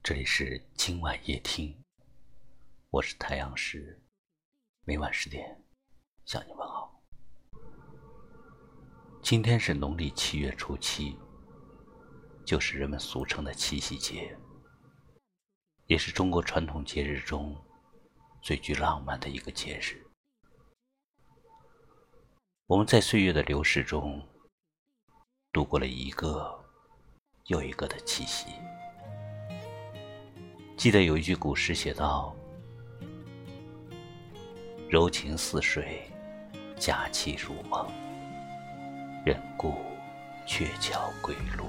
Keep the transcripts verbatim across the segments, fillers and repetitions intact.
这里是今晚夜听，我是太阳石，每晚十点向你问好。今天是农历七月初七，就是人们俗称的七夕节，也是中国传统节日中最具浪漫的一个节日。我们在岁月的流逝中度过了一个又一个的七夕。记得有一句古诗写道：柔情似水，佳期如梦，人顾鹊桥归路。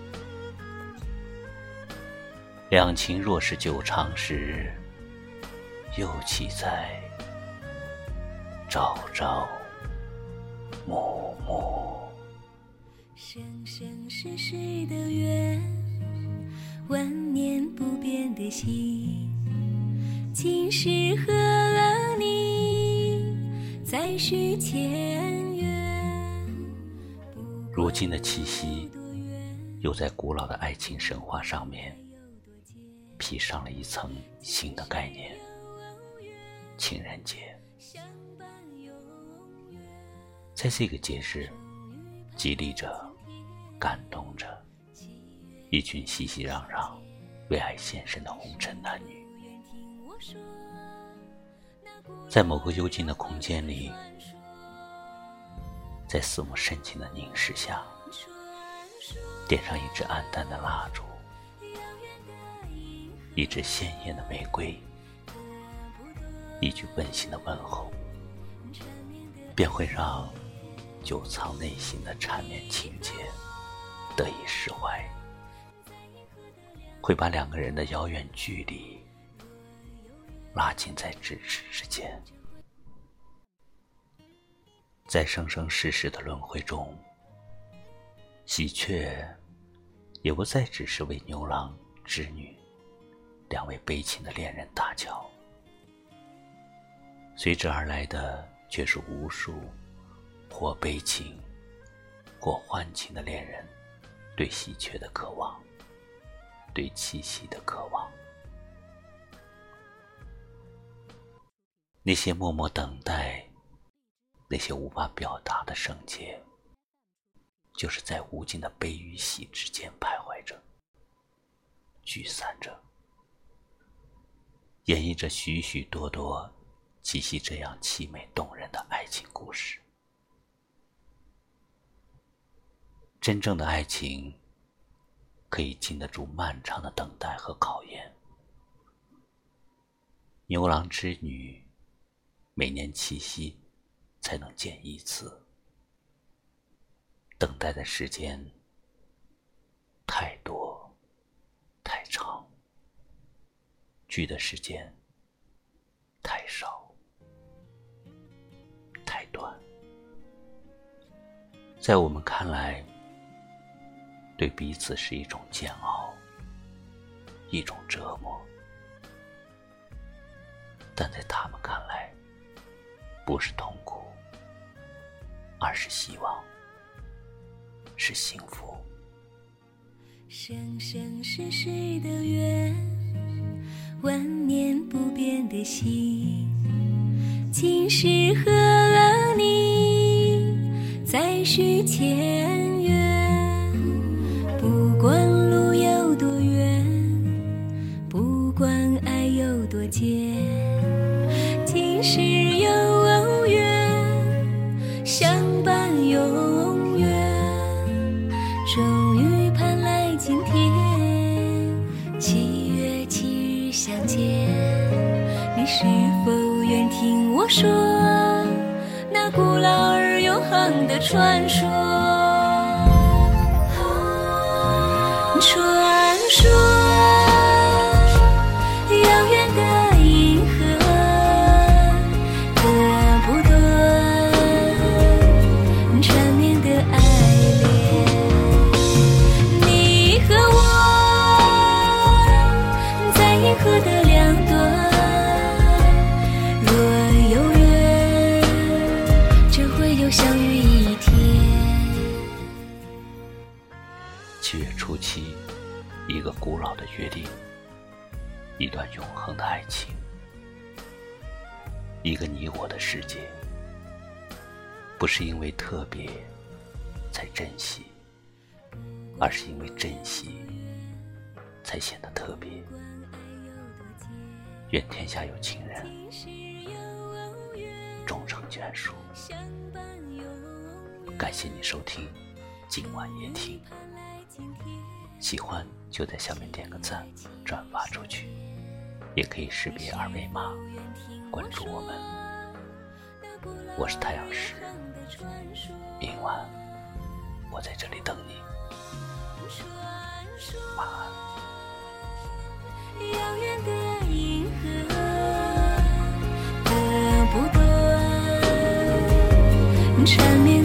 两情若是久长时，又岂在朝朝暮暮。 生生世世的缘，万年不变的心，今时和了你，再续前缘。 如今的七夕，又在古老的爱情神话上面披上了一层新的概念——情人节。在这个节日，激励着，感动着一群熙熙攘攘为爱献身的红尘男女。在某个幽静的空间里，在四目深情的凝视下，点上一支暗淡的蜡烛，一支鲜艳的玫瑰，一句温馨的问候，便会让久藏内心的缠绵情结得以释怀，会把两个人的遥远距离拉近在咫尺之间。在生生世世的轮回中，喜鹊也不再只是为牛郎织女两位悲情的恋人搭桥，随之而来的却是无数或悲情或欢情的恋人对喜鹊的渴望，对七夕的渴望。那些默默等待，那些无法表达的圣洁，就是在无尽的悲与喜之间徘徊着，聚散着，演绎着许许多多七夕这样凄美动人的爱情故事。真正的爱情可以经得住漫长的等待和考验。牛郎织女每年七夕才能见一次，等待的时间太多太长，聚的时间太少太短。在我们看来，对彼此是一种煎熬，一种折磨，但在他们看来，不是痛苦，而是希望，是幸福。 生生世世的缘，万年不变的心，今时和了你，再续前缘。不管路有多远，不管爱有多艰，今时有缘，相伴永远。终于盼来今天，七月七日相见。你是否愿听我说那古老而永恒的传说？传说遥远的银河割不断缠绵的爱恋，你和我在银河的两端，若有缘，就会有相遇一天。 七月初七，一个古老的约定一段永恒的爱情，一个你我的世界。不是因为特别才珍惜，而是因为珍惜才显得特别。愿天下有情人终成眷属。感谢你收听今晚夜听，喜欢就在下面点个赞，转发出去，也可以识别二维码关注我们。我是太阳石，明晚我在这里等你，晚安。 遥远的银河得不得缠绵